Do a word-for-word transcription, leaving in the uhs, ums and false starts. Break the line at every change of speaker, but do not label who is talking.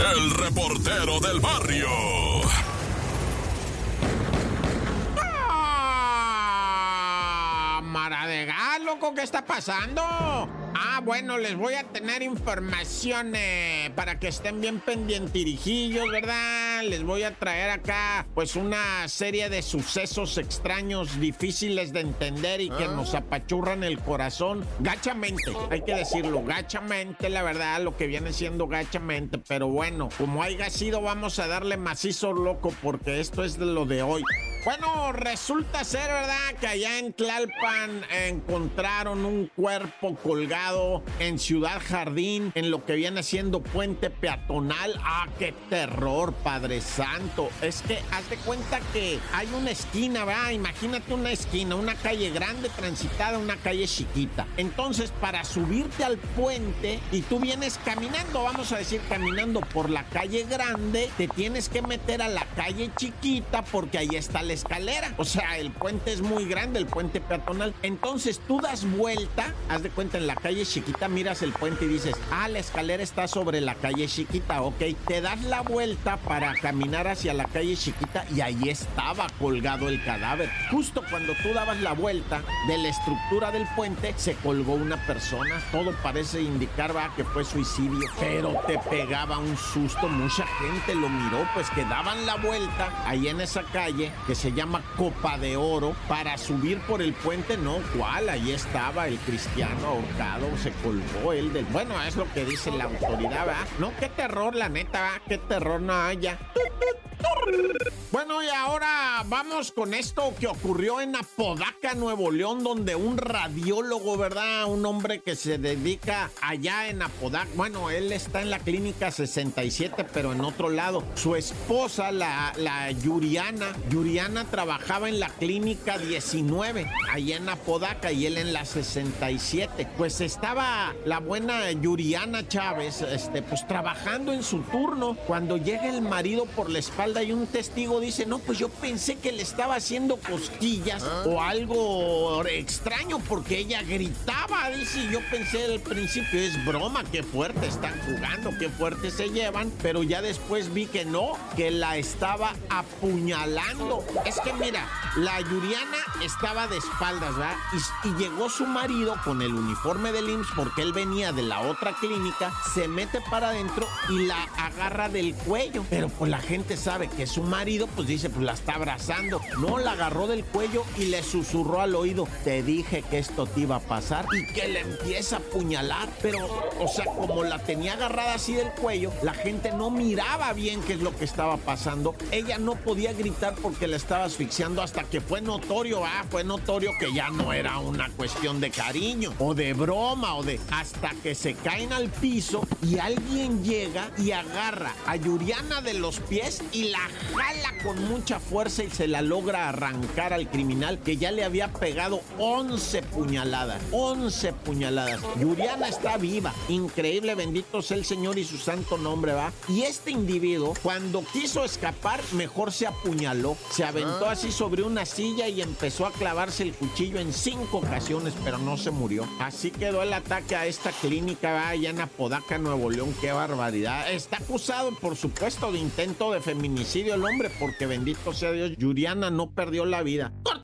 el reportero del barrio.
¡Ah! ¡Mara de gas, loco! ¿Qué está pasando? Ah, bueno, les voy a tener información eh, para que estén bien pendientirijillos, ¿verdad? Les voy a traer acá, pues, una serie de sucesos extraños, difíciles de entender y que ¿Ah? nos apachurran el corazón gachamente. Hay que decirlo, gachamente, la verdad, lo que viene siendo gachamente. Pero bueno, como haya sido, vamos a darle macizo, loco, porque esto es de lo de hoy. Bueno, resulta ser, ¿verdad?, que allá en Tlalpan encontraron un cuerpo colgado en Ciudad Jardín, en lo que viene siendo puente peatonal. ¡Ah, qué terror, Padre Santo! Es que haz de cuenta que hay una esquina, ¿verdad? Imagínate una esquina, una calle grande transitada, una calle chiquita. Entonces, para subirte al puente y tú vienes caminando, vamos a decir caminando por la calle grande, te tienes que meter a la calle chiquita porque ahí está la escalera. O sea, el puente es muy grande, el puente peatonal. Entonces tú das vuelta, haz de cuenta, en la calle chiquita miras el puente y dices, ah, la escalera está sobre la calle chiquita, ok. Te das la vuelta para caminar hacia la calle chiquita y ahí estaba colgado el cadáver. Justo cuando tú dabas la vuelta de la estructura del puente, se colgó una persona. Todo parece indicar, va, que fue suicidio, pero te pegaba un susto. Mucha gente lo miró, pues que daban la vuelta ahí en esa calle que se llama Copa de Oro para subir por el puente. No, ¿cuál? Ahí estaba el cristiano ahorcado, se colgó él del... Bueno, es lo que dice la autoridad, ¿verdad? No, qué terror, la neta, ¿verdad? Qué terror, no haya. Bueno, y ahora vamos con esto que ocurrió en Apodaca, Nuevo León, donde un radiólogo, ¿verdad? Un hombre que se dedica allá en Apodaca. Bueno, él está en la clínica sesenta y siete, pero en otro lado. Su esposa, la, la Yuriana, Yuriana trabajaba en la clínica diecinueve, allá en Apodaca, y él en la sesenta y siete. Pues estaba la buena Yuriana Chávez, este, pues trabajando en su turno, cuando llega el marido por la espalda y un testigo dice, no, pues yo pensé que le estaba haciendo cosquillas ¿Ah? o algo extraño porque ella gritaba, dice, y yo pensé al principio, es broma, qué fuerte están jugando, qué fuerte se llevan, pero ya después vi que no, que la estaba apuñalando. Es que mira, la Yuriana estaba de espaldas, ¿verdad? Y, y llegó su marido con el uniforme del I M S S porque él venía de la otra clínica, se mete para adentro y la agarra del cuello, pero pues la gente sabe que su marido, pues dice, pues la está abrazando. No, la agarró del cuello y le susurró al oído, te dije que esto te iba a pasar, y que le empieza a apuñalar. Pero, o sea, como la tenía agarrada así del cuello, la gente no miraba bien qué es lo que estaba pasando. Ella no podía gritar porque la estaba asfixiando, hasta que fue notorio, ah, fue notorio que ya no era una cuestión de cariño o de broma o de... Hasta que se caen al piso y alguien llega y agarra a Yuriana de los pies y la jala con mucha fuerza y se la logra arrancar al criminal, que ya le había pegado once puñaladas. once puñaladas. Yuriana está viva. Increíble, bendito sea el Señor y su santo nombre, ¿va? Y este individuo, cuando quiso escapar, mejor se apuñaló. Se aventó así sobre una silla y empezó a clavarse el cuchillo en cinco ocasiones, pero no se murió. Así quedó el ataque a esta clínica, ¿va? Allá en Apodaca, Nuevo León. ¡Qué barbaridad! Está acusado, por supuesto, de intento de feminicidio el hombre, porque bendito sea Dios, Yuriana no perdió la vida.